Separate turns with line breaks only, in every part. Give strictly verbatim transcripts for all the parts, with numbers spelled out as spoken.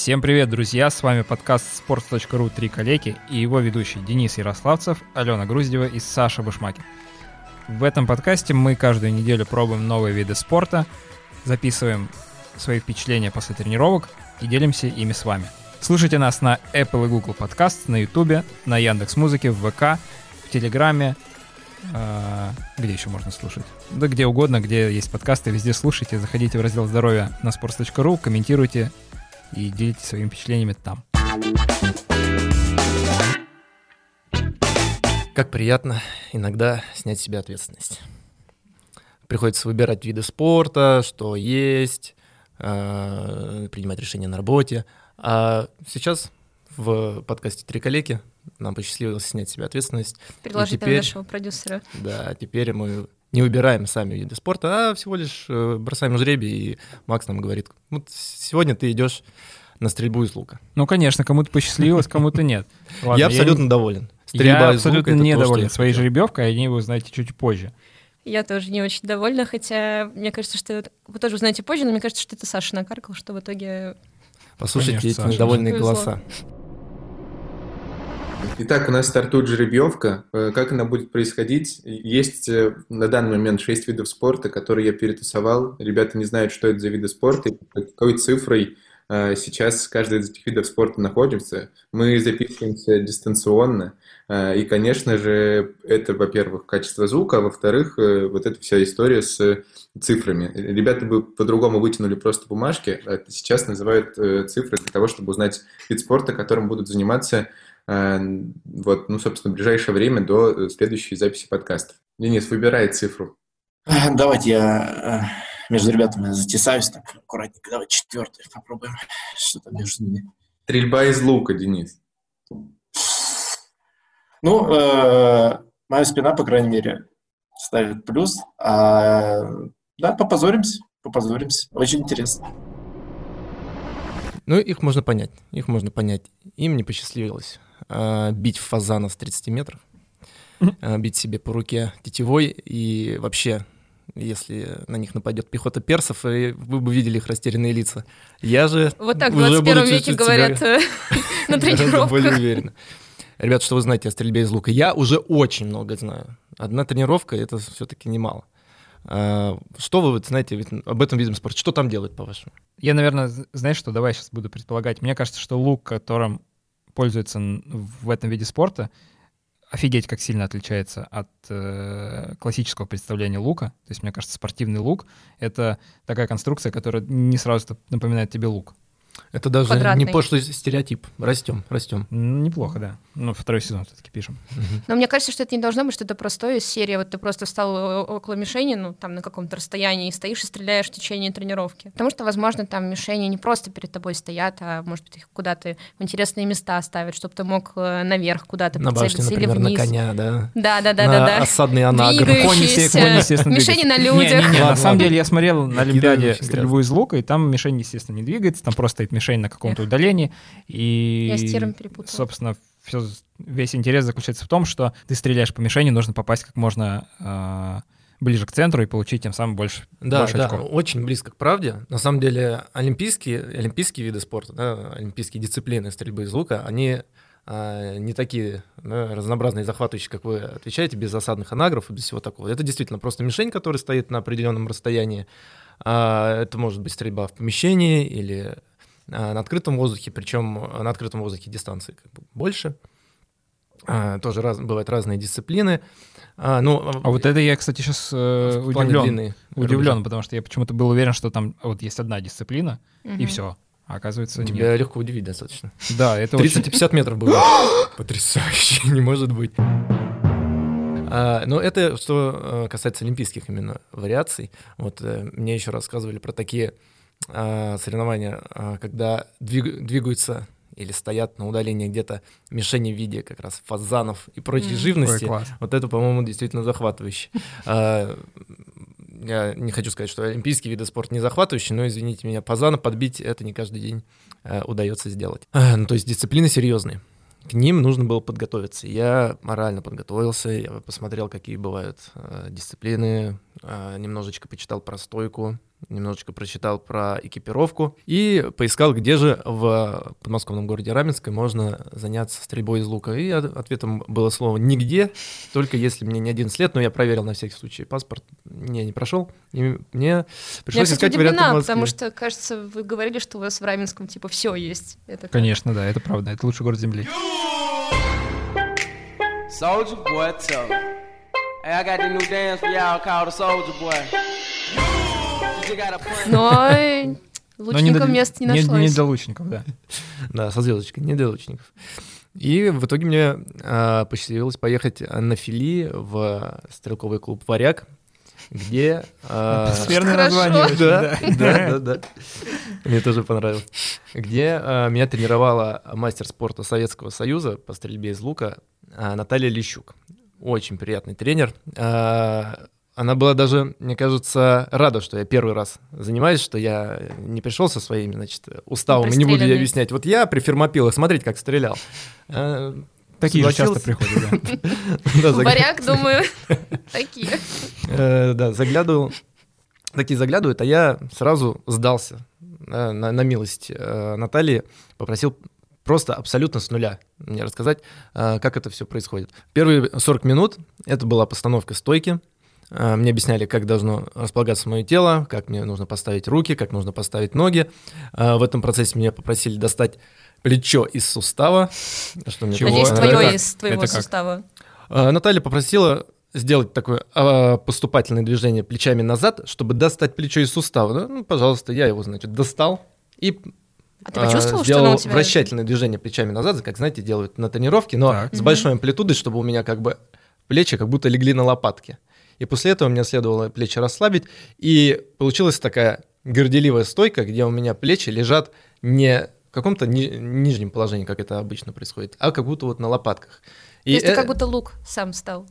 Всем привет, друзья! С вами подкаст sports точка ру «Три коллеги» и его ведущие Денис Ярославцев, Алена Груздева и Саша Бушмакин. В этом подкасте мы каждую неделю пробуем новые виды спорта, записываем свои впечатления после тренировок и делимся ими с вами. Слушайте нас на Apple и Google Podcast, на YouTube, на Яндекс.Музыке, в ВК, в Телеграме. А, где еще можно слушать? Да где угодно, где есть подкасты, везде слушайте. Заходите в раздел «Здоровье» на sports точка ру, комментируйте и делитесь своими впечатлениями там.
Как приятно иногда снять с себя ответственность. Приходится выбирать виды спорта, что есть, э, принимать решения на работе. А сейчас в подкасте «Три коллеги» нам посчастливилось снять с себя ответственность.
Предложить
теперь,
нам нашего продюсера.
Да, теперь мы не выбираем сами виды спорта, а всего лишь бросаем жребий, и Макс нам говорит: вот сегодня ты идешь на стрельбу из лука.
Ну, конечно, кому-то посчастливилось, кому-то нет. Ладно,
я абсолютно
я,
доволен.
Стрельба я абсолютно недоволен то, своей жеребьевкой, о ней вы узнаете чуть позже.
Я тоже не очень довольна, хотя мне кажется, что вы тоже узнаете позже, но мне кажется, что это Саша накаркал, что в итоге...
Послушайте Конечно, эти недовольные голоса.
Итак, у нас стартует жеребьевка. Как она будет происходить? Есть на данный момент шесть видов спорта, которые я перетасовал. Ребята не знают, что это за виды спорта, и какой цифрой сейчас каждый из этих видов спорта находится. Мы записываемся дистанционно. И, конечно же, это, во-первых, качество звука, а во-вторых, вот эта вся история с цифрами. Ребята бы по-другому вытянули просто бумажки, а сейчас называют цифры для того, чтобы узнать вид спорта, которым будут заниматься вот, ну, собственно, в ближайшее время до следующей записи подкастов. Денис, выбирай цифру.
Давайте я между ребятами затесаюсь так аккуратненько. Давай четвертый попробуем. Что там между ними?
Стрельба из лука, Денис.
Ну, э, моя спина, по крайней мере, ставит плюс. А, да, попозоримся, попозоримся. Очень интересно.
Ну, их можно понять, их можно понять. Им не посчастливилось а, бить фазана с тридцати метров, а, бить себе по руке тетивой, и вообще, если на них нападет пехота персов, и вы бы видели их растерянные лица. Я же
вот так в двадцать первом веке говорят на тренировках.
Более уверенно. Ребята, что вы знаете о стрельбе из лука? Я уже очень много знаю. Одна тренировка — это все-таки немало. А, что вы знаете об этом виде спорта? Что там делают, по-вашему?
Я, наверное, знаешь что, давай сейчас буду предполагать. Мне кажется, что лук, которым пользуются в этом виде спорта, офигеть как сильно отличается от э, классического представления лука. То есть, мне кажется, спортивный лук — это такая конструкция, которая не сразу напоминает тебе лук.
Это даже
Квадратный.
не пошлый стереотип. Растем, растем.
Неплохо, да. Ну, второй сезон все-таки пишем.
Uh-huh. Но мне кажется, что это не должно быть что-то простое из серии. Вот ты просто встал около мишени, ну, там, на каком-то расстоянии, и стоишь и стреляешь в течение тренировки. Потому что, возможно, там мишени не просто перед тобой стоят, а, может быть, их куда-то в интересные места ставят, чтобы ты мог наверх куда-то
на
прицелиться
башне,
или
например,
вниз.
На коня, да?
Да-да-да.
Осадный анагр.
Двигающиеся. Мишени на людях.
Не-не-не, на самом деле я смотрел на Олимпиаде стрельбу из лука, и там мишень, естественно, не двигается, там просто стоит мишень на каком-то удалении. И,
я с тиром перепутала.
Собственно, все, весь интерес заключается в том, что ты стреляешь по мишени, нужно попасть как можно э, ближе к центру и получить тем самым больше,
да,
больше
да,
очков.
Очень близко к правде. На самом деле олимпийские, олимпийские виды спорта, да, олимпийские дисциплины стрельбы из лука, они э, не такие да, разнообразные и захватывающие, как вы отвечаете, без осадных анагров и без всего такого. Это действительно просто мишень, которая стоит на определенном расстоянии. А, это может быть стрельба в помещении или на открытом воздухе, причем на открытом воздухе дистанции как бы больше. А, тоже раз, бывают разные дисциплины. А, ну,
а вот это я, кстати, сейчас э, удивлен,
длины,
удивлен, потому что я почему-то был уверен, что там вот есть одна дисциплина, угу. и все. А оказывается,
Тебя
нет.
легко удивить достаточно.
Да, это
тридцать и пятьдесят метров было. Потрясающе, не может быть. А, но это что касается олимпийских именно вариаций. Вот мне еще рассказывали про такие а, соревнования, а, когда двиг, двигаются или стоят на удалении где-то мишени в виде как раз фазанов и прочей mm. живности.
Ой,
вот это, по-моему, действительно захватывающе. а, я не хочу сказать, что олимпийские виды спорта не захватывающие, но, извините меня, фазана подбить — это не каждый день а, удается сделать. А, ну, то есть дисциплины серьезные. К ним нужно было подготовиться. Я морально подготовился, я посмотрел, какие бывают э, дисциплины, э, немножечко почитал про стойку, немножечко прочитал про экипировку и поискал, где же в подмосковном городе Раменское можно заняться стрельбой из лука. И ответом было слово «нигде», только если мне не одиннадцать лет, но я проверил на всякий случай паспорт, не, не прошел, и мне пришлось
я,
искать
кстати,
варианты в
удивлена,
Москве.
потому что, кажется, вы говорили, что у вас в Раменском типа все есть. Это
Конечно, да, это правда, это лучший город Земли.
Soldier boy, tell me. Hey, I got the new dance for y'all called the Soldier Boy. You gotta play.
Но лучникам
для-
места не
не,
нашлось.
не для лучников, да.
Да, со звездочкой, не для лучников. И в итоге мне а, посчастливилось поехать на фили в стрелковый клуб «Варяг», где... а,
Сферное
Хорошо.
название. очень,
Да,
да.
да, да, да. Мне тоже понравилось. Где а, меня тренировала мастер спорта Советского Союза по стрельбе из лука а, Наталья Лещук. Очень приятный тренер. А, Она была даже, мне кажется, рада, что я первый раз занимаюсь, что я не пришел со своими, значит, уставами, не буду ей
Простреленный.
объяснять. Вот я при фермопилах, смотрите, как стрелял. А,
Такие же
согласился.
часто приходят, да.
Да, загля-
Варяг, думаю, такие.
Э, Да, заглядывал, такие заглядывают, а я сразу сдался э, на, на милость э, Натальи, попросил просто абсолютно с нуля мне рассказать, э, как это все происходит. Первые сорок минут это была постановка стойки. Э, Мне объясняли, как должно располагаться мое тело, как мне нужно поставить руки, как нужно поставить ноги. Э, В этом процессе меня попросили достать плечо из сустава. Что мне
Чего?
тоже
Надеюсь,
Это
твое
понравилось.
из твоего
Это как?
сустава.
Э, Наталья попросила сделать такое а, поступательное движение плечами назад, чтобы достать плечо из сустава. Да? Ну, пожалуйста, я его, значит, достал и
А ты почувствовал,
а,
что
сделал
оно у тебя...
вращательное движение плечами назад, как, знаете, делают на тренировке, но
Так.
с
Мгм.
большой амплитудой, чтобы у меня как бы плечи как будто легли на лопатки. И после этого мне следовало плечи расслабить, и получилась такая горделивая стойка, где у меня плечи лежат не в каком-то ни- нижнем положении, как это обычно происходит, а как будто вот на лопатках.
То есть ты
э-
как будто лук сам стал.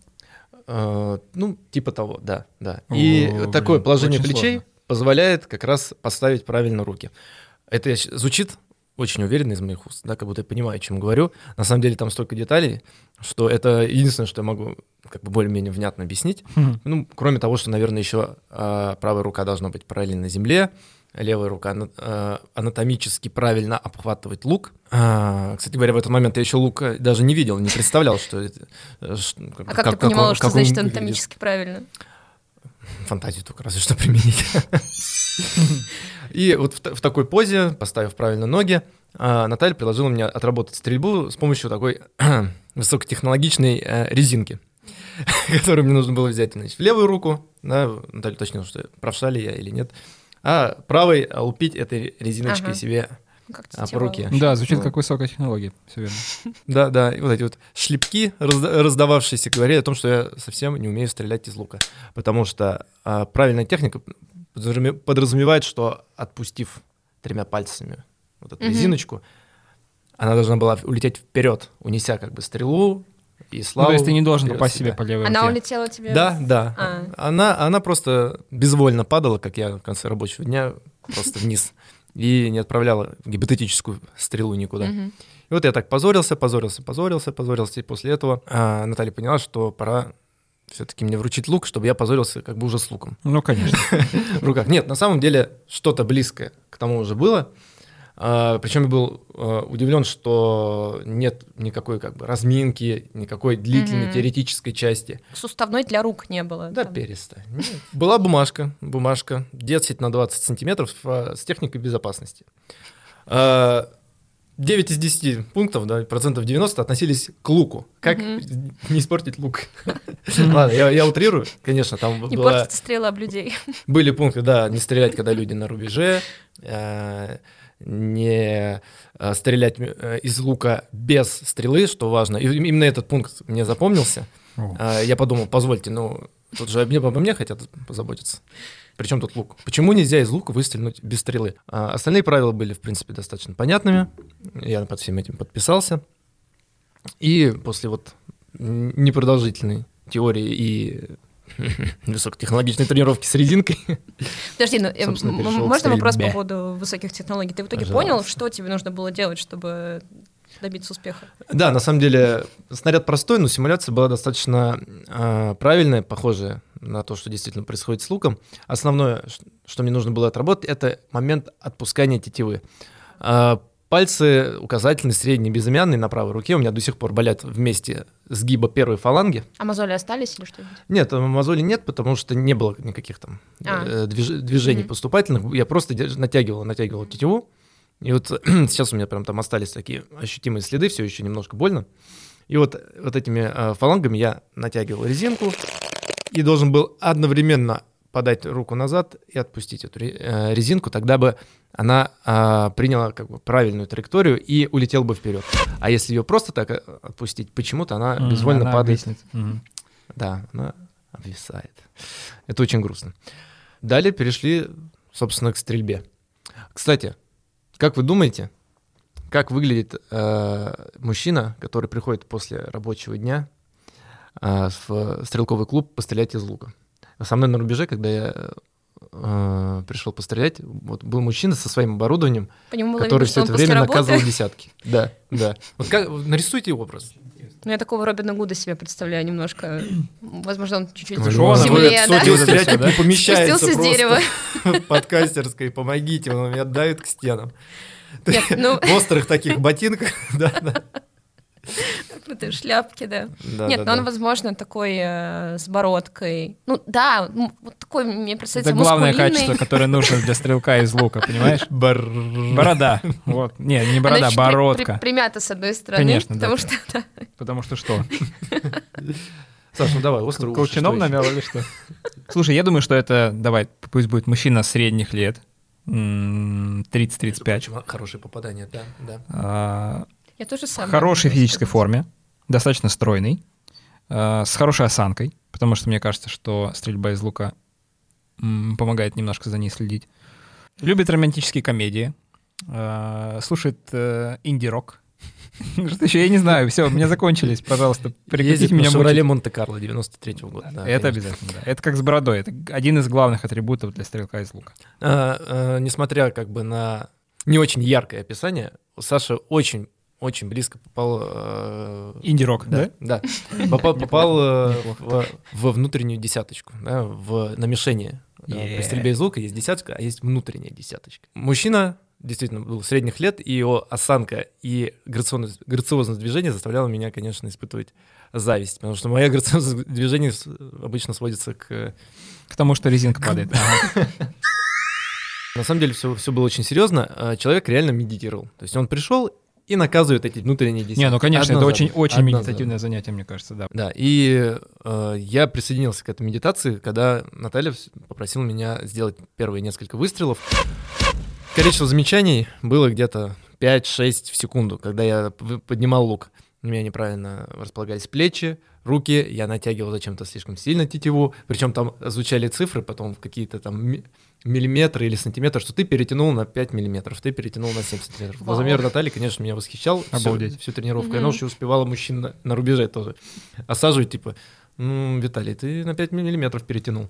Э, Ну, типа того, да, да. И
О,
такое
блин,
положение
очень
плечей
сложно.
позволяет как раз поставить правильно руки. Это щ- звучит очень уверенно из моих уст, да, как будто я понимаю, о чем говорю. На самом деле там столько деталей, что это единственное, что я могу как бы более-менее внятно объяснить.
Мгм.
Ну, кроме того, что, наверное, еще а, правая рука должна быть параллельно земле, левая рука ана- а, анатомически правильно обхватывать лук. А, кстати говоря, в этот момент я еще лук э, даже не видел, не представлял, что это... э, ш-
А как, ты понимала,
он-
что
как он
значит
выглядит.
анатомически правильно?
Фантазию только разве что применить. И вот в, та- в такой позе, поставив правильно ноги, а, Наталья предложила мне отработать стрельбу с помощью такой высокотехнологичной э, резинки, которую мне нужно было взять, значит, в левую руку, да, Наталья уточнила, что правша ли я или нет, а правой а, лупить этой резиночкой
Ага.
себе
Ну, Как
а, по
тетива.
руке.
Да, звучит
Ну.
как высокая технология, все верно.
Да, да, и вот эти вот шлепки, разда- раздававшиеся, говорили о том, что я совсем не умею стрелять из лука. Потому что а, правильная техника подразуме- подразумевает, что отпустив тремя пальцами вот эту
Мгм.
резиночку, она должна была улететь вперед, унеся как бы стрелу и
Ну,
славу.
то есть ты не должен
вперед
попасть
себя.
себе по левой
Она
руке.
улетела тебе...
Да, да.
А.
Она, она просто безвольно падала, как я в конце рабочего дня, просто вниз. И не отправляла гипотетическую стрелу никуда.
Мгм.
И вот я так позорился, позорился, позорился, позорился, и после этого а, Наталья поняла, что пора все-таки мне вручить лук, чтобы я позорился как бы уже с луком
Ну, конечно.
в руках. Нет, на самом деле что-то близкое к тому уже было. А, причем я был а, удивлен, что нет никакой как бы разминки, никакой длительной
Мгм.
теоретической части.
Суставной для рук не было.
Да,
там.
перестань. Нет. Была бумажка, бумажка, десять на двадцать сантиметров а, с техникой безопасности. А, девять из десяти пунктов, да, процентов девяносто относились к луку. Как
Мгм.
не испортить лук? Ладно, я, я утрирую, конечно, там
Не
была-
портится стрела об людей.
были пункты, да, не стрелять, когда люди на рубеже, э, не э, стрелять э, из лука без стрелы, что важно. И именно этот пункт мне запомнился.
О.
А, Я подумал, позвольте, ну, тут же обо обо мне хотят позаботиться. Причем тут лук? Почему нельзя из лука выстрелить без стрелы? А остальные правила были, в принципе, достаточно понятными. Я под всем этим подписался. И после вот н- непродолжительной теории и высокотехнологичной тренировки с резинкой.
Подожди, ну, эм,
Собственно,
м-
перешел к
можно вопрос по
стрельбе.
поводу высоких технологий? Ты в итоге
Пожалуйста.
понял, что тебе нужно было делать, чтобы добиться успеха.
Да, на самом деле снаряд простой, но симуляция была достаточно э, правильная, похожая на то, что действительно происходит с луком. Основное, что мне нужно было отработать, это момент отпускания тетивы. Э, пальцы указательный, средний, безымянный на правой руке у меня до сих пор болят в месте сгиба первой фаланги.
А мозоли остались или что-нибудь?
Нет, мозолей нет, потому что не было никаких там
А.
э, движ- движений
Мгм.
поступательных. Я просто держ- натягивал, натягивал тетиву. И вот сейчас у меня прям там остались такие ощутимые следы, все еще немножко больно. И вот, вот этими э, фалангами я натягивал резинку и должен был одновременно подать руку назад и отпустить эту ре- э, резинку, тогда бы она э, приняла как бы правильную траекторию и улетела бы вперед. А если ее просто так э, отпустить, почему-то она
М,
безвольно
она
падает.
обвиснет. Мгм.
Да, она обвисает. Это очень грустно. Далее перешли, собственно, к стрельбе. Кстати, как вы думаете, как выглядит э, мужчина, который приходит после рабочего дня э, в стрелковый клуб пострелять из лука? Со мной на рубеже, когда я э, пришел пострелять, вот был мужчина со своим оборудованием,
По нему было
который
видно,
все
что
это
он
время
после работы.
наказывал десятки. Да, да. Вот как, нарисуйте образ.
Ну, я такого Робина Гуда себе представляю немножко. Возможно, он чуть-чуть
Ой,
в
Шона,
вы
земле,
в
да?
студию
Да?
стрелять
Да?
не помещается
Спустился с дерева.
просто в подкастерской, помогите, он меня давит к стенам.
Нет, ну,
В острых таких ботинках, да, да.
в этой шляпке, да.
Да,
Нет,
да,
но он,
да.
возможно, такой э, с бородкой. Ну, да, ну, вот такой, мне представляется,
Это главное
мускулинный.
качество, которое нужно для стрелка из лука, понимаешь?
Бар-
Борода. Вот. Не, не
Она
борода,
чуть при-
бородка.
при- примята с одной стороны,
Конечно, да.
потому что да.
Потому что что?
Саш, ну давай, острый уши,
Колчаном
что еще?
намял или что? Слушай, я думаю, что это, давай, пусть будет мужчина средних лет, м, тридцать-тридцать пять,
Очень хорошее попадание, да, да.
а,
Я тоже
в
сам.
хорошей физической форме, достаточно стройный, а, с хорошей осанкой, потому что мне кажется, что стрельба из лука м, помогает немножко за ней следить. Любит романтические комедии, а, слушает э, инди-рок. Что еще? Я не знаю. Все, у меня закончились. Пожалуйста,
Ездит
прекратите
на
меня
«Шевроле
мучить.
Монте-Карло» девяносто третьего года. да,
Это
конечно.
обязательно, да. Это как с бородой. Это один из главных атрибутов для стрелка из лука.
А, а, Несмотря как бы на не очень яркое описание, у Саши очень очень близко попал... э,
Инди-рок, да?
Да, да. Попал, попал э,
Неплохо.
в, во внутреннюю десяточку, да, в, на мишени. Да,
Yeah.
При стрельбе из лука есть десяточка, а есть внутренняя десяточка. Мужчина действительно был средних лет, и его осанка и грациозность, грациозность движения заставляла меня, конечно, испытывать зависть, потому что моя грациозность движений с- обычно сводится к...
К тому, что резинка падает. Ага.
На самом деле все, все было очень серьезно. А Человек реально медитировал. То есть он пришел и наказывает эти внутренние десятки.
Не, ну конечно,
Одна
это
за
очень,
одной,
очень
одна за
медитативное занятие, мне кажется, да.
Да, и э, я присоединился к этой медитации, когда Наталья вс- попросила меня сделать первые несколько выстрелов. Количество замечаний было где-то пять-шесть в секунду, когда я п- поднимал лук. У меня неправильно располагались плечи, руки, я натягивал зачем-то слишком сильно тетиву, причем там звучали цифры, потом какие-то там ми- миллиметры или сантиметры, что ты перетянул на пять миллиметров, ты перетянул на семь сантиметров.
Вау.
Глазомер Натальи, конечно, меня восхищал всю,
Обалдеть.
всю тренировку, и
Мгм.
она уже успевала мужчин на, на рубеже тоже осаживать, типа, ну, Виталий, ты на пять миллиметров перетянул.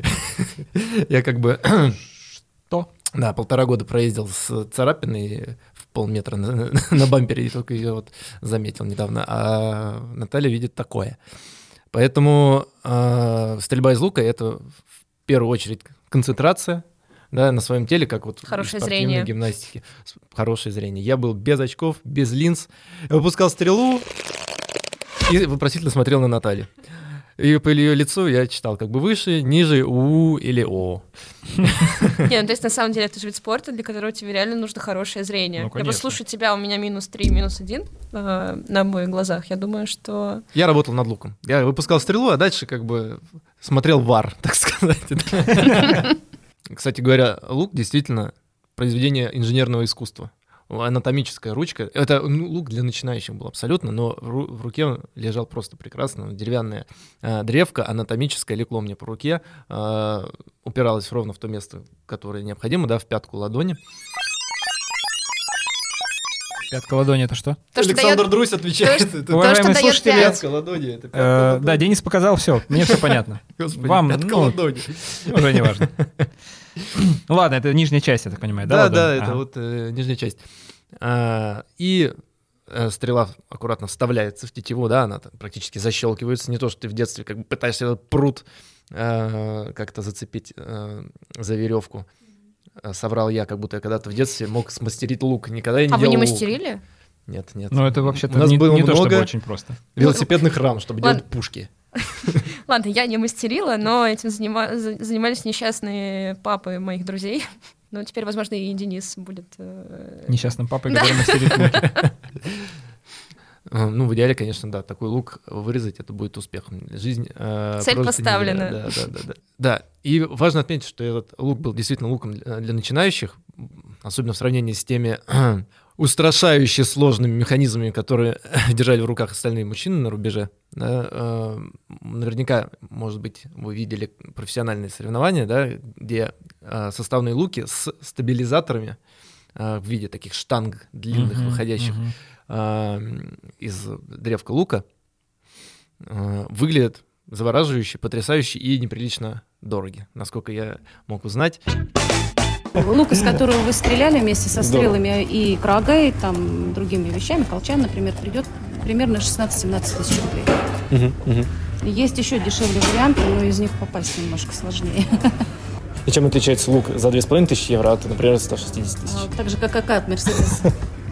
Я как бы...
Что?
Да, полтора года проездил с царапиной в полметра на, на бампере, и только ее вот заметил недавно. А Наталья видит такое. Поэтому э, стрельба из лука — это в первую очередь концентрация, да, на своем теле, как вот
Хорошее
в спортивной
зрение.
гимнастике. С- Хорошее зрение. Я был без очков, без линз, я выпускал стрелу и вопросительно смотрел на Наталью. И по ее лицу я читал как бы выше, ниже, у или о.
Не, ну то есть на самом деле это же вид спорта, для которого тебе реально нужно хорошее зрение.
Ну,
Я
конечно.
послушаю тебя, у меня минус три, минус один э, на обоих глазах. Я думаю, что...
Я работал над луком. Я выпускал стрелу, а дальше как бы смотрел вар, так сказать. Кстати говоря, лук действительно произведение инженерного искусства. Анатомическая ручка. Это ну, лук для начинающих был абсолютно, но в, ру- в руке он лежал просто прекрасно. Деревянная э, древко, анатомическое, лекло мне по руке, э, упиралось ровно в то место, которое необходимо, да, в пятку ладони.
Пятка ладони — это что?
То, что
Александр
дает-
Друсь отвечает.
то,
Это
То, что
Уважаемые
дает
слушатели,
пять.
пятка ладони. Это пятка
Э,
ладони.
Да, Денис показал все, мне все понятно.
Господи,
Вам,
пятка
ну,
ладони.
уже не важно. Ну ладно, это нижняя часть, я так понимаю, да?
Да,
ладонь?
да, это
Ага.
вот э, нижняя часть. А, и э, стрела аккуратно вставляется в тетиву, да, она там практически защелкивается. Не то, что ты в детстве как бы пытаешься этот пруд э, как-то зацепить э, за веревку. Э, соврал я, как будто я когда-то в детстве мог смастерить лук. Никогда я не
А
делал
вы не
лук.
мастерили?
Нет, нет.
Ну, это вообще-то
У нас
не,
было
не то,
много
чтобы очень просто.
велосипедных рам, чтобы
Ладно.
делать пушки.
Ладно, я не мастерила, но этим занима- за- занимались несчастные папы моих друзей. Ну, теперь, возможно, и Денис будет... э,
Несчастным папой,
Да.
который мастерит луки.
Э, Ну, в идеале, конечно, да, такой лук вырезать, это будет успехом. Жизнь э,
Цель
прожита не
поставлена.
зря. Да, да, да, да. Да, и важно отметить, что этот лук был действительно луком для для начинающих, особенно в сравнении с теми устрашающе сложными механизмами, которые держали в руках остальные мужчины на рубеже. Да, э, наверняка, может быть, вы видели профессиональные соревнования, да, где э, составные луки с стабилизаторами э, в виде таких штанг длинных,
Мгм,
выходящих
мгм.
э, из древка лука, э, выглядят завораживающе, потрясающе и неприлично дороги, насколько я мог узнать.
Лук, из которого вы стреляли вместе со
Здорово.
стрелами и крагой, там, другими вещами, колчан, например, придет примерно шестнадцать-семнадцать тысяч рублей. Есть еще дешевле варианты, но из них попасть немножко сложнее.
И чем отличается лук за две с половиной тысячи евро от, например, ста шестидесяти тысяч?
А, Так же, как АК от Мерседес.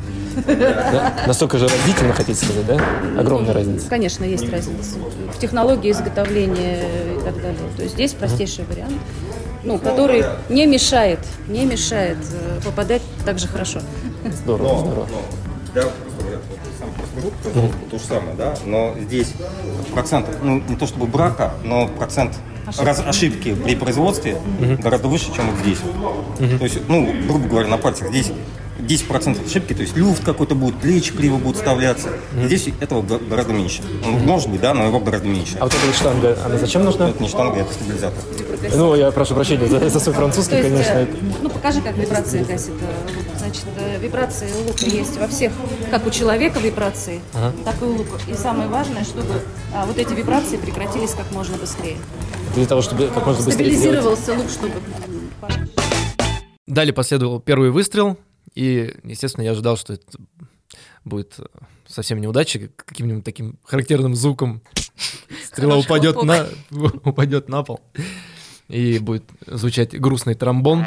Да? Настолько же разительно, хотите сказать, да? Огромная разница.
Конечно, есть разница в технологии изготовления и так далее. То есть здесь простейший вариант, ну, который не мешает, не мешает э, попадать так же хорошо.
Здорово, здорово.
Да, просто говорят, вот сам просто рук, то, то же самое, да, но здесь процент, ну, не то чтобы брака, но процент раз, ошибки при производстве гораздо выше, чем вот здесь. То есть, ну, грубо говоря, на пальцах здесь десять процентов ошибки, то есть люфт какой-то будет, плечи криво будут вставляться. Здесь этого га- гораздо меньше. Он может быть, да, но его гораздо меньше.
А вот эта вот штанга, она зачем нужна?
Это не штанга, это стабилизатор.
Ну, я прошу прощения за, за свой
То
французский,
есть,
конечно.
э,
это-
ну, покажи, как вибрации гасит э, лук. Значит, э, вибрации у лука есть во всех, как у человека вибрации, так и у лука. И самое важное, чтобы а, вот эти вибрации прекратились как можно быстрее.
Для того, чтобы как можно быстрее сделать.
Стабилизировался лук, чтобы... м,
Далее последовал первый выстрел, и, естественно, я ожидал, что это будет совсем неудачей, каким-нибудь таким характерным звуком стрела
Хороший
упадет на,
хлопок.
упадет на пол, и будет звучать грустный тромбон.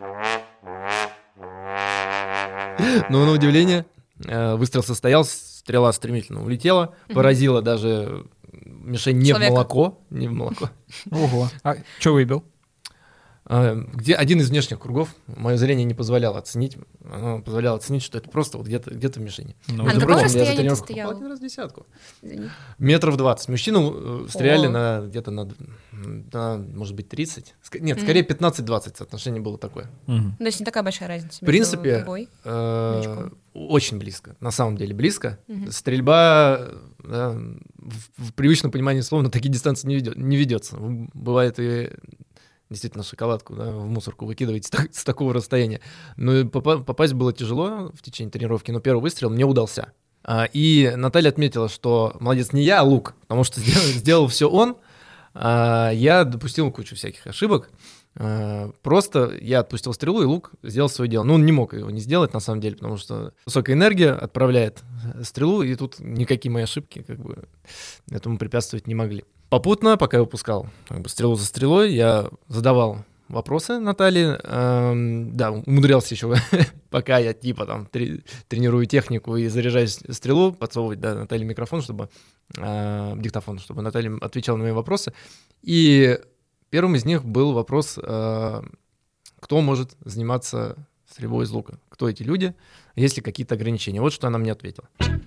Но, на удивление, э, выстрел состоялся, стрела стремительно улетела, поразила даже мишень не в
Человека.
молоко, не в молоко.
Ого. А что выбил?
А, где один из внешних кругов, мое зрение не позволяло оценить, оно позволяло оценить, что это просто вот где-то, где-то в мишени.
Ну,
А на
Между
каком
прочим, я за
расстоянии ты
тренировку
стоял?
попал один раз в десятку.
Извини.
Метров двадцать. Мужчину э, стреляли
О.
на где-то на, на, может быть, тридцать. Ск- Нет,
Мгм.
скорее пятнадцать-двадцать соотношение было такое.
Мгм.
То есть не такая большая разница
В
между
принципе,
тобой.
э,
новичком.
очень близко. На самом деле близко.
Мгм.
Стрельба да, в, в привычном понимании слова на такие дистанции не, ведет, не ведется. Бывает и действительно шоколадку да, в мусорку выкидываете с, так- с такого расстояния. Но попа- попасть было тяжело в течение тренировки, но первый выстрел мне удался. А, и Наталья отметила, что молодец не я, а лук, потому что сделал, сделал все он. А, я допустил кучу всяких ошибок. А, просто я отпустил стрелу, и лук сделал свое дело. Ну, он не мог его не сделать, на самом деле, потому что высокая энергия отправляет стрелу, и тут никакие мои ошибки как бы этому препятствовать не могли. Попутно, пока я выпускал как бы, стрелу за стрелой, я задавал вопросы Наталье. Эм, да, умудрялся еще, пока я типа там тре- тренирую технику и заряжаю с- стрелу, подсовывать да, Наталье микрофон, чтобы э, диктофон, чтобы Наталья отвечала на мои вопросы. И первым из них был вопрос, э, кто может заниматься стрельбой из лука, кто эти люди, есть ли какие-то ограничения. Вот что она мне ответила.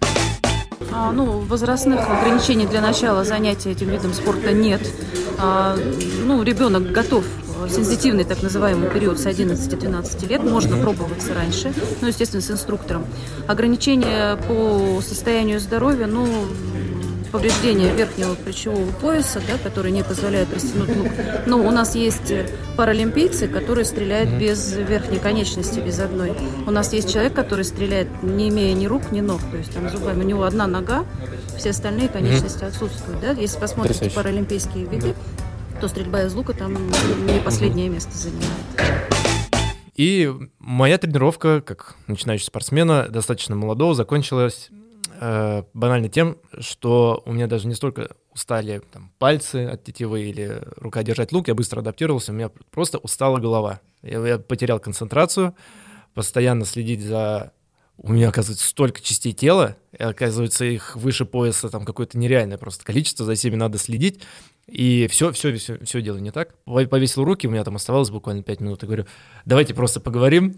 А, ну, возрастных ограничений для начала занятия этим видом спорта нет. А, ну, ребенок готов, сенситивный так называемый период с одиннадцати-двенадцати лет, можно пробоваться раньше, ну, естественно, с инструктором. Ограничения по состоянию здоровья, ну, повреждение верхнего плечевого пояса, да, который не позволяет растянуть лук. Но у нас есть паралимпийцы, которые стреляют без верхней конечности, без одной. У нас есть человек, который стреляет, не имея ни рук, ни ног, то есть там зубами. У него одна нога, все остальные конечности отсутствуют. Да? Если посмотрите
Потрясающе.
паралимпийские виды, то стрельба из лука там не последнее место занимает.
И моя тренировка, как начинающего спортсмена, достаточно молодого, закончилась э, банально тем, что у меня даже не столько устали там, пальцы от тетивы или рука держать лук, я быстро адаптировался, у меня просто устала голова. Я, я потерял концентрацию, постоянно следить за... У меня, оказывается, столько частей тела, и, оказывается, их выше пояса там какое-то нереальное просто количество, за всеми надо следить, и все, все, все, все делаю не так. Повесил руки, у меня там оставалось буквально пять минут, и говорю, давайте просто поговорим,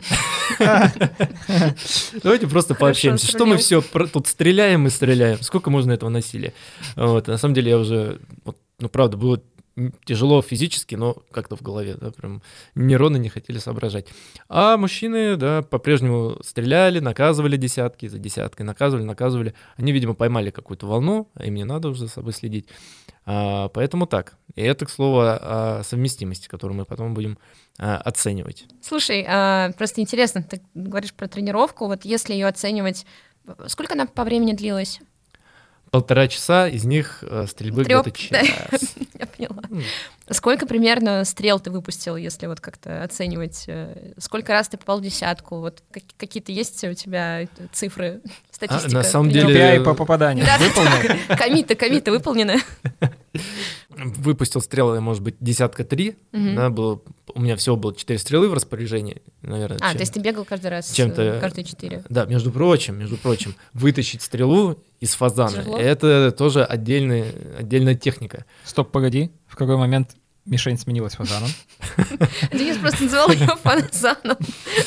давайте просто пообщаемся, что мы все тут стреляем и стреляем, сколько можно этого насилия. На самом деле я уже, ну правда, было тяжело физически, но как-то в голове, да, прям нейроны не хотели соображать. А мужчины, да, по-прежнему стреляли, наказывали десятки за десяткой, наказывали, наказывали. Они, видимо, поймали какую-то волну, а им не надо уже за собой следить. А, поэтому так. И это, к слову, о совместимости, которую мы потом будем а, оценивать.
Слушай, а, просто интересно, ты говоришь про тренировку, вот если ее оценивать, сколько она по времени длилась?
Полтора часа, из них э, стрельбы
Трёп,
где-то час.
Я поняла. Mm. Сколько примерно стрел ты выпустил, если вот как-то оценивать? Сколько раз ты попал в десятку? Вот какие-то есть у тебя цифры, статистика?
А, на самом деле...
кей пи ай по попаданию выполнен?
Комиты, комиты выполнены.
Выпустил стрелы, может быть, десятка три. Mm-hmm. Да, было, у меня всего было четыре стрелы в распоряжении, наверное.
А,
чем,
то есть ты бегал каждый раз,
чем-то,
каждые четыре?
Да, между прочим, между прочим, вытащить стрелу из фазана, Тяжело? Это тоже отдельная, отдельная техника.
Стоп, погоди, в какой момент мишень сменилась фазаном?
Денис просто называл ее фазаном,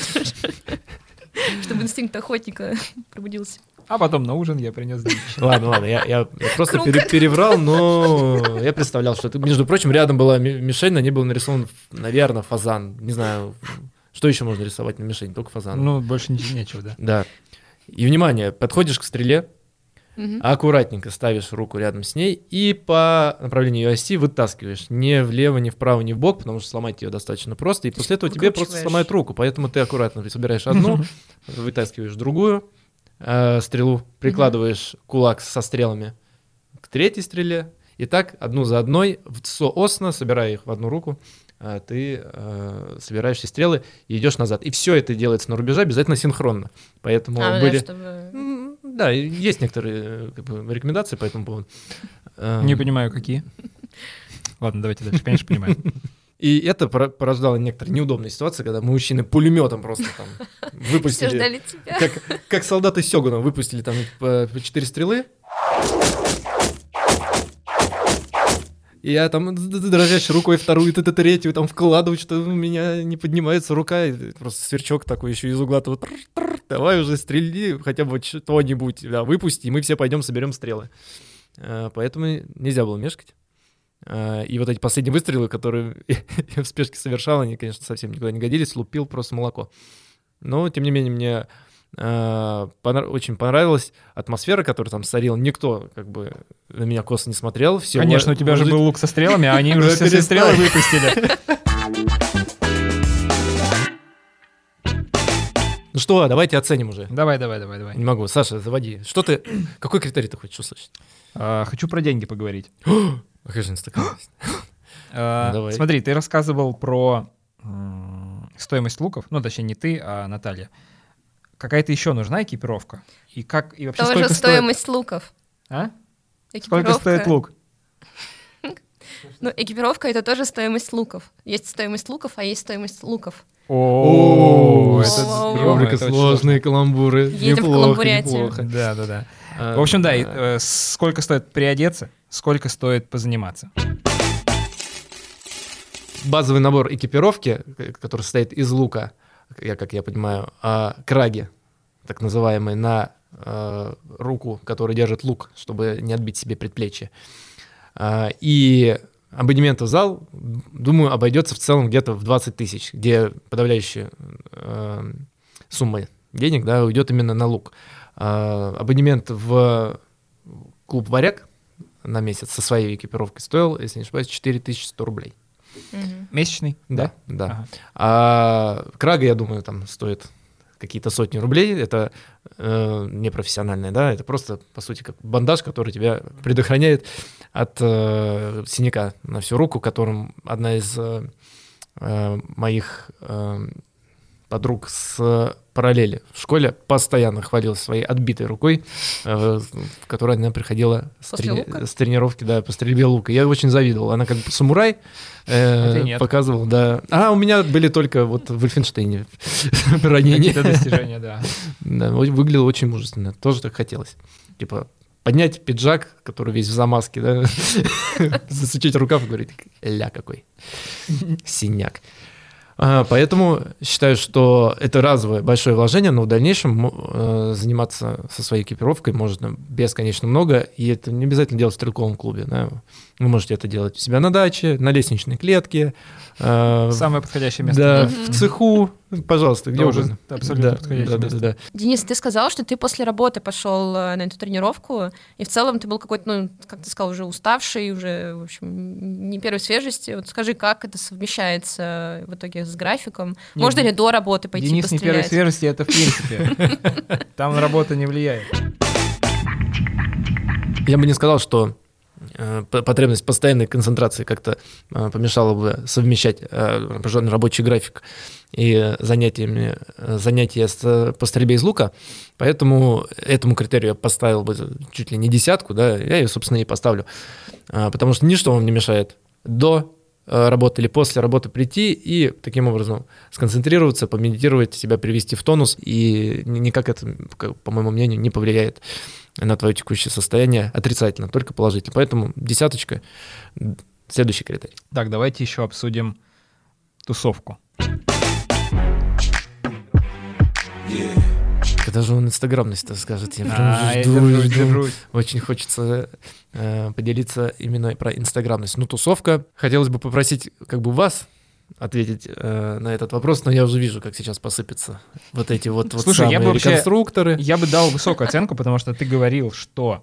чтобы инстинкт охотника пробудился.
А потом на ужин я принес дичь.
Ладно, ладно, я, я, я просто пере, переврал, но я представлял, что это, между прочим, рядом была мишень, на ней был нарисован, наверное, фазан. Не знаю, что еще можно рисовать на мишени, только фазан.
Ну, больше ничего, нечего, да.
Да. И, внимание, подходишь к стреле,
угу.
аккуратненько ставишь руку рядом с ней и по направлению ее оси вытаскиваешь. Не влево, не вправо, не вбок, потому что сломать ее достаточно просто. И после этого тебе просто сломают руку. Поэтому ты аккуратно собираешь одну, вытаскиваешь другую э, стрелу, прикладываешь кулак со стрелами к третьей стреле. И так одну за одной, соосно, собирая их в одну руку, э, ты э, собираешь все стрелы и идешь назад. И все это делается на рубеже обязательно синхронно. Поэтому
а,
были...
Да, чтобы...
Да, есть некоторые как бы, рекомендации по этому поводу.
Не понимаю, какие. Ладно, давайте дальше, конечно, понимаю.
И это порождало некоторые неудобные ситуации, когда мужчины пулеметом просто там выпустили...
Все ждали тебя.
Как, как солдаты Сёгуна выпустили там по четыре стрелы. И я там дрожащей рукой вторую, ты третью там вкладываю, что у меня не поднимается рука. И просто сверчок такой еще из угла. Вот, давай уже стрели, хотя бы что-нибудь, да, выпусти, и мы все пойдем соберем стрелы. Поэтому нельзя было мешкать. И вот эти последние выстрелы, которые я в спешке совершал, они, конечно, совсем никуда не годились, лупил просто молоко. Но, тем не менее, мне э, понрав... очень понравилась атмосфера, которая там царила. Никто как бы на меня косо не смотрел. Все
конечно, у тебя же был лук со стрелами, а они уже все стрелы выпустили.
Ну что, давайте оценим уже.
Давай, давай, давай, давай.
Не могу. Саша, заводи. Что ты... Какой критерий ты хочешь услышать?
Хочу про деньги поговорить.
Какая же инстаграмность.
Uh, смотри, ты рассказывал про м- стоимость луков, ну, точнее, не ты, а Наталья. Какая-то еще нужна экипировка? И как, и вообще
тоже
сколько
стоимость
стоит...
луков.
А? Сколько стоит лук?
Ну, экипировка — это тоже стоимость луков. Есть стоимость луков, а есть стоимость луков.
О, это рубрика «Сложные каламбуры».
Едем в каламбурятию.
Да, да, да. В общем, да, сколько стоит приодеться, сколько стоит позаниматься.
Базовый набор экипировки, который состоит из лука, я, как я понимаю, краги, так называемые, на руку, которая держит лук, чтобы не отбить себе предплечье. И абонемент в зал, думаю, обойдется в целом где-то в двадцать тысяч, где подавляющая сумма денег, да, уйдет именно на лук. Абонемент в клуб «Варяг» на месяц со своей экипировкой стоил, если не ошибаюсь, четыре тысячи сто рублей.
Угу.
Месячный?
Да, да. да. Ага. А крага, я думаю, там стоит какие-то сотни рублей. Это э, непрофессиональное, да, это просто, по сути, как бандаж, который тебя предохраняет от э, синяка на всю руку, которым одна из э, моих... Э, подруг с параллели в школе, постоянно хвалила своей отбитой рукой, в которой она приходила с, трени- с тренировки, да, по стрельбе лука. Я очень завидовал. Она как бы самурай э, показывала, да. А у меня были только вот в Вольфенштейне ранения.
Какие-то достижения, да.
Да, выглядело очень мужественно. Тоже так хотелось. Типа поднять пиджак, который весь в замазке, да, засучить рукав и говорить, ля какой, синяк. Поэтому считаю, что это разовое большое вложение, но в дальнейшем э, заниматься со своей экипировкой можно бесконечно много, и это не обязательно делать в стрелковом клубе. Да. Вы можете это делать у себя на даче, на лестничной клетке. Э,
Самое подходящее место.
Да,
да.
в цеху, пожалуйста, где
Тоже
угодно.
Абсолютно
да,
подходящее
да,
место.
да, да.
Денис, ты сказал, что ты после работы пошел на эту тренировку, и в целом ты был какой-то, ну, как ты сказал, уже уставший, уже, в общем, не первой свежести. Вот скажи, как это совмещается в итоге с графиком? Нет, Можно ли до работы пойти
Денис
пострелять?
не первой свежести, это в принципе. Там работа не влияет.
Я бы не сказал, что потребность постоянной концентрации как-то помешала бы совмещать определенный рабочий график и занятиями, занятия с, по стрельбе из лука, поэтому этому критерию я поставил бы чуть ли не десятку, да, я ее, собственно, и поставлю, потому что ничто вам не мешает до работы или после работы прийти и таким образом сконцентрироваться, помедитировать, себя привести в тонус, и никак это, по моему мнению, не повлияет на твое текущее состояние отрицательно, только положительно. Поэтому десяточка — следующий критерий.
Так, давайте еще обсудим тусовку.
Когда же он инстаграмность-то скажет? Я прям
а,
жду,
держусь,
жду.
держусь.
Очень хочется э, поделиться именно про инстаграмность. Ну, тусовка. Хотелось бы попросить как бы вас ответить э, на этот вопрос, но я уже вижу, как сейчас посыпятся вот эти вот, вот
Слушай,
самые
я бы вообще,
реконструкторы.
Я бы дал высокую оценку, потому что ты говорил, что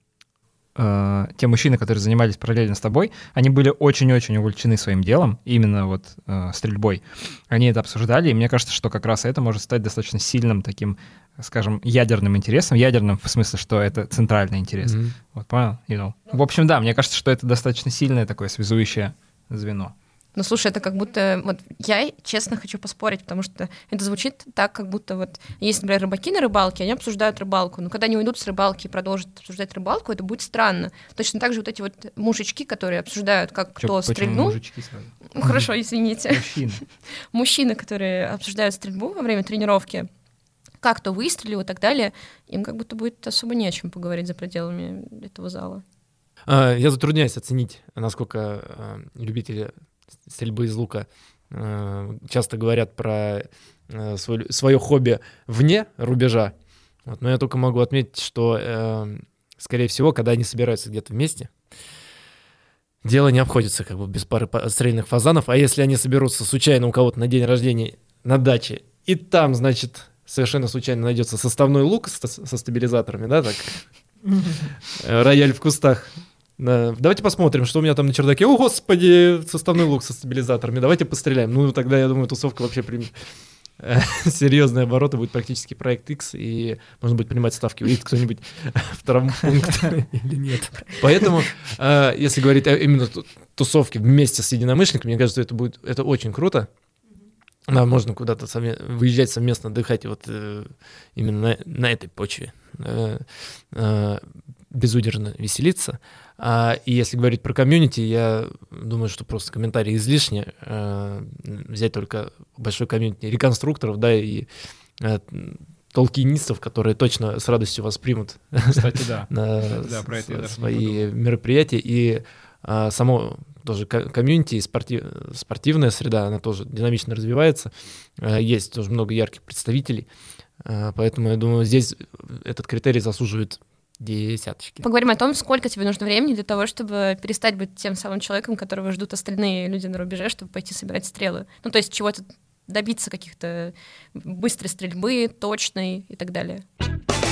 э, те мужчины, которые занимались параллельно с тобой, они были очень-очень увлечены своим делом, именно вот э, стрельбой. Они это обсуждали, и мне кажется, что как раз это может стать достаточно сильным таким, скажем, ядерным интересом. Ядерным в смысле, что это центральный интерес. Mm-hmm. Вот, понял? You know. В общем, да, мне кажется, что это достаточно сильное такое связующее звено.
Ну, слушай, это как будто... Вот я, честно, хочу поспорить, потому что это звучит так, как будто вот... Есть, например, рыбаки на рыбалке, они обсуждают рыбалку, но когда они уйдут с рыбалки и продолжат обсуждать рыбалку, это будет странно. Точно так же вот эти вот мужички, которые обсуждают, как
Чё,
кто стрельнул...
мужички сразу?
Ну, хорошо, извините.
Мужчины.
Мужчины, которые обсуждают стрельбу во время тренировки, как кто выстрелил и так далее, им как будто будет особо не о чем поговорить за пределами этого зала.
Я затрудняюсь оценить, насколько любители стрельбы из лука часто говорят про свое, свое хобби вне рубежа. Вот, но я только могу отметить, что, скорее всего, когда они собираются где-то вместе, дело не обходится как бы без пары стрельных фазанов. А если они соберутся случайно у кого-то на день рождения на даче, и там, значит, совершенно случайно найдется составной лук со, со стабилизаторами, да, так, рояль в кустах. Да. Давайте посмотрим, что у меня там на чердаке. О, господи, составной лук со стабилизаторами. Давайте постреляем. Ну, тогда, я думаю, тусовка вообще примет серьезные обороты, будет практически проект X, и можно будет принимать ставки. Увидит кто-нибудь в травмпункт или нет. Поэтому, если говорить именно тусовки вместе с единомышленниками, мне кажется, это будет это очень круто. Да, можно куда-то совме- выезжать совместно, отдыхать вот э, именно на, на этой почве, э, э, безудержно веселиться. А, и если говорить про комьюнити, я думаю, что просто комментарии излишни. Э, взять только большой комьюнити реконструкторов, да, и э, толкинистов, которые точно с радостью вас примут.
Кстати, да.
на
да, про это я
свои мероприятия. И а, само тоже комьюнити и спортив, спортивная среда, она тоже динамично развивается. Есть тоже много ярких представителей, поэтому я думаю, здесь этот критерий заслуживает десяточки.
Поговорим о том, сколько тебе нужно времени для того, чтобы перестать быть тем самым человеком, которого ждут остальные люди на рубеже, чтобы пойти собирать стрелы. Ну, то есть чего-то добиться, каких-то быстрой стрельбы, точной и так далее.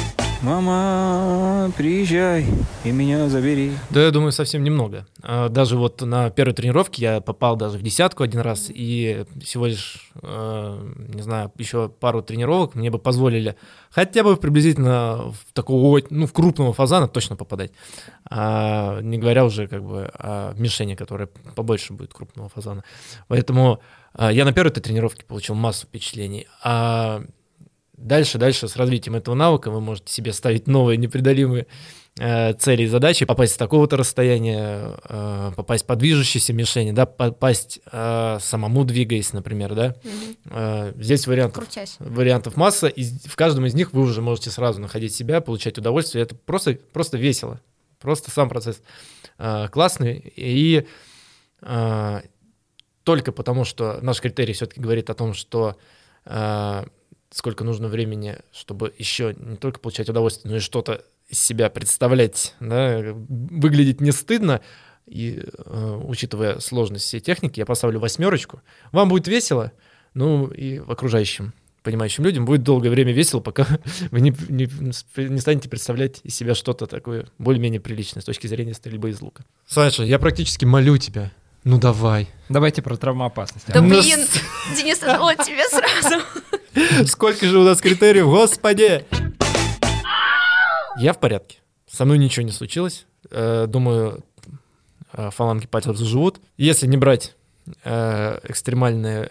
Мама, приезжай и меня забери.
Да, я думаю, совсем немного. А, Даже вот на первой тренировке я попал даже в десятку один раз, и всего лишь, э, не знаю, еще пару тренировок мне бы позволили хотя бы приблизительно в такого, ну, в крупного фазана точно попадать. А, не говоря уже как бы о мишени, которая побольше будет крупного фазана. Поэтому а, я на первой этой тренировке получил массу впечатлений. А Дальше, дальше с развитием этого навыка вы можете себе ставить новые непреодолимые э, цели и задачи, попасть с такого-то расстояния, э, попасть по движущейся мишени, да, попасть э, самому двигаясь, например, да. Mm-hmm. Э, здесь вариантов, вариантов масса, и в каждом из них вы уже можете сразу находить себя, получать удовольствие. Это просто, просто весело, просто сам процесс э, классный. И э, только потому, что наш критерий все-таки говорит о том, что э, сколько нужно времени, чтобы еще не только получать удовольствие, но и что-то из себя представлять, да, выглядеть не стыдно. И э, учитывая сложность всей техники, я поставлю восьмерочку. Вам будет весело, ну и окружающим, понимающим людям будет долгое время весело, пока вы не, не, не станете представлять из себя что-то такое более-менее приличное с точки зрения стрельбы из лука. Саша, я практически молю тебя. Ну давай.
Давайте про травмоопасность.
Да блин, Денис, вот тебе сразу.
Сколько же у нас критериев, господи! Я в порядке. Со мной ничего не случилось. Думаю, фаланги пальцев заживут. Если не брать экстремальное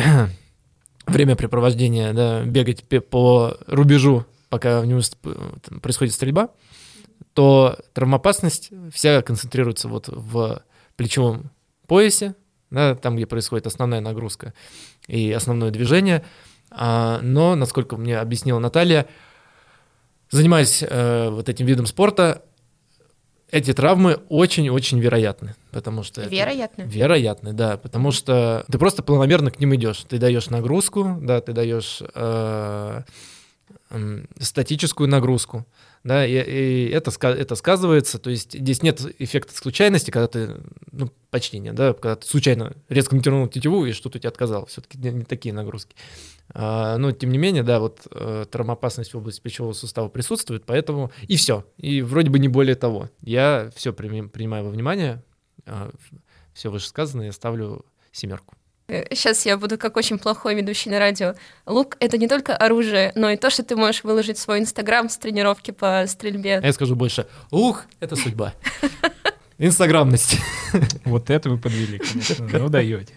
времяпрепровождение, да, бегать по рубежу, пока в нем происходит стрельба, то травмоопасность вся концентрируется вот в плечевом поясе, да, там, где происходит основная нагрузка и основное движение. А, но, насколько мне объяснила Наталья, занимаясь э, вот этим видом спорта, эти травмы очень-очень вероятны, потому что...
Вероятны?
Это, вероятны, да, потому что ты просто планомерно к ним идешь. Ты даешь нагрузку, да, ты даешь э, э, статическую нагрузку, да, и, и это, это сказывается, то есть здесь нет эффекта случайности, когда ты, ну, почти нет, да, когда ты случайно резко натянул тетиву и что-то у тебя отказало, все-таки не, не такие нагрузки. А, но, тем не менее, да, вот э, травмоопасность в области плечевого сустава присутствует, поэтому и все, и вроде бы не более того. Я все при, принимаю во внимание, э, все вышесказанное, я ставлю семерку.
Сейчас я буду как очень плохой ведущий на радио. Лук — это не только оружие, но и то, что ты можешь выложить в свой инстаграм с тренировки по стрельбе.
Я скажу больше. Лук — это судьба. Инстаграмность.
Вот это вы подвели, конечно. Ну, даете.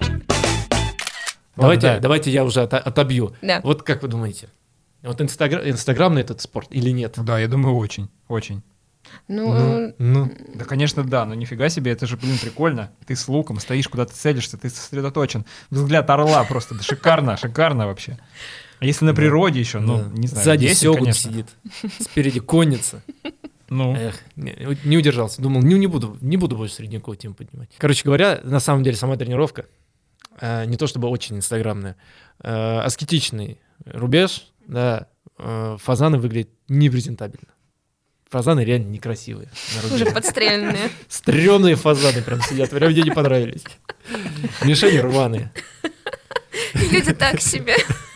Давайте, давайте я уже отобью.
Да.
Вот как вы думаете? Вот инстаграмный этот спорт или нет?
Да, я думаю, очень, очень.
Ну,
ну, ну,
да, конечно, да, но нифига себе, это же, блин, прикольно. Ты с луком стоишь, куда ты целишься, ты сосредоточен. Взгляд орла просто, да, шикарно, шикарно вообще. А если на природе еще, ну, да. Не знаю,
сзади
десять,
сёгун
конечно.
Сидит, спереди конница.
Ну.
Эх, не, не удержался, думал, не, не, буду, не буду больше средневековую тему поднимать. Короче говоря, на самом деле сама тренировка, э, не то чтобы очень инстаграмная, э, аскетичный рубеж, да, э, фазаны выглядят непрезентабельно. Фазаны реально некрасивые.
Уже подстреленные.
Стрёмные фазаны прям сидят, прям мне не понравились. Мишени рваные.
Люди так себе.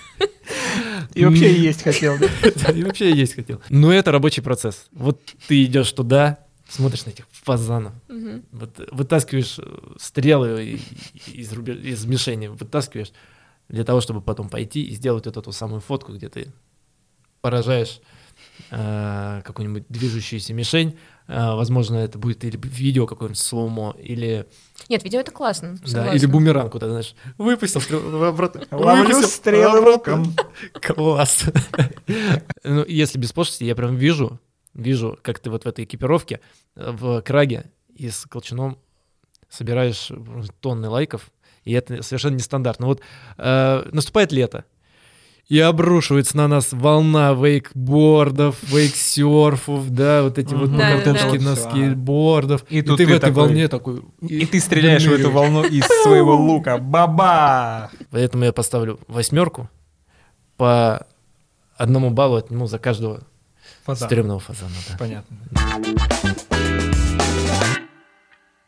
И вообще есть хотел.
Да, и вообще есть хотел. Но это рабочий процесс. Вот ты идешь туда, смотришь на этих фазанов, вытаскиваешь стрелы из из мишени, вытаскиваешь для того, чтобы потом пойти и сделать вот эту самую фотку, где ты поражаешь какую-нибудь движущуюся мишень. Возможно, это будет или видео какое-нибудь слоумо, или...
Нет, видео это классно.
Да, или бумеранг, куда, знаешь, выпустил стрелу обратно.
Ловлю стрелы руком.
Класс. Ну, если без пошлости, я прям вижу, вижу, как ты вот в этой экипировке, в краге и с колчаном собираешь тонны лайков, и это совершенно нестандартно. Вот э, наступает лето, и обрушивается на нас волна вейкбордов, вейксерфов, да, вот эти вот
да,
покатушки
да.
на скейтбордов.
И,
и
тут
ты,
ты
в этой
такой,
волне такой...
И, и ты стреляешь в эту волну из своего лука. Баба!
Поэтому я поставлю восьмерку. По одному баллу отниму за каждого
Фазан.
стрёмного фазана. Да.
Понятно.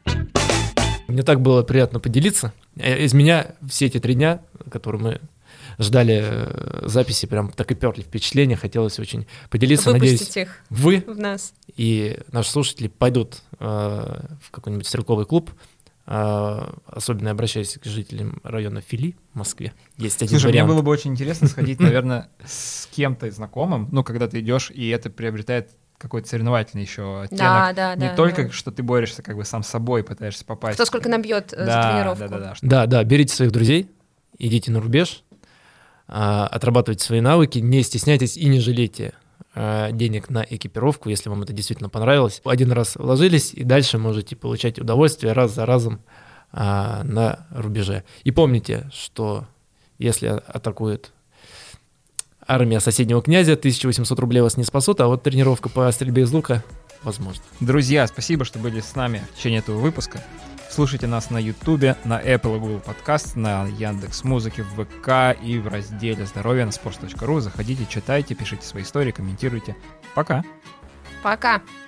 Мне так было приятно поделиться. Из меня все эти три дня, которые мы ждали э, записи, прям так и перли впечатления, хотелось очень поделиться.
Выпустить
Надеюсь,
их
вы
в нас.
И наши слушатели пойдут э, в какой-нибудь стрелковый клуб. Uh, особенно обращаясь к жителям района Фили в Москве. Есть один
Слушай,
вариант.
мне было бы очень интересно сходить, наверное, с кем-то знакомым, ну, когда ты идешь, и это приобретает какой-то соревновательный еще оттенок.
Да, да,
Не
да,
только,
да.
что ты борешься как бы сам с собой, пытаешься попасть.
Кто сколько набьет э, за
Да,
тренировку.
да, да, да.
Да, да, берите своих друзей, идите на рубеж, а, отрабатывайте свои навыки, не стесняйтесь и не жалейте а, денег на экипировку, если вам это действительно понравилось. Один раз вложились, и дальше можете получать удовольствие раз за разом а, на рубеже. И помните, что если атакует армия соседнего князя, тысяча восемьсот рублей вас не спасут, а вот тренировка по стрельбе из лука возможно.
Друзья, спасибо, что были с нами в течение этого выпуска. Слушайте нас на Ютубе, на Apple и Google Podcast, на Яндекс.Музыке, в ВК и в разделе «Здоровье» на sports точка ru. Заходите, читайте, пишите свои истории, комментируйте. Пока!
Пока!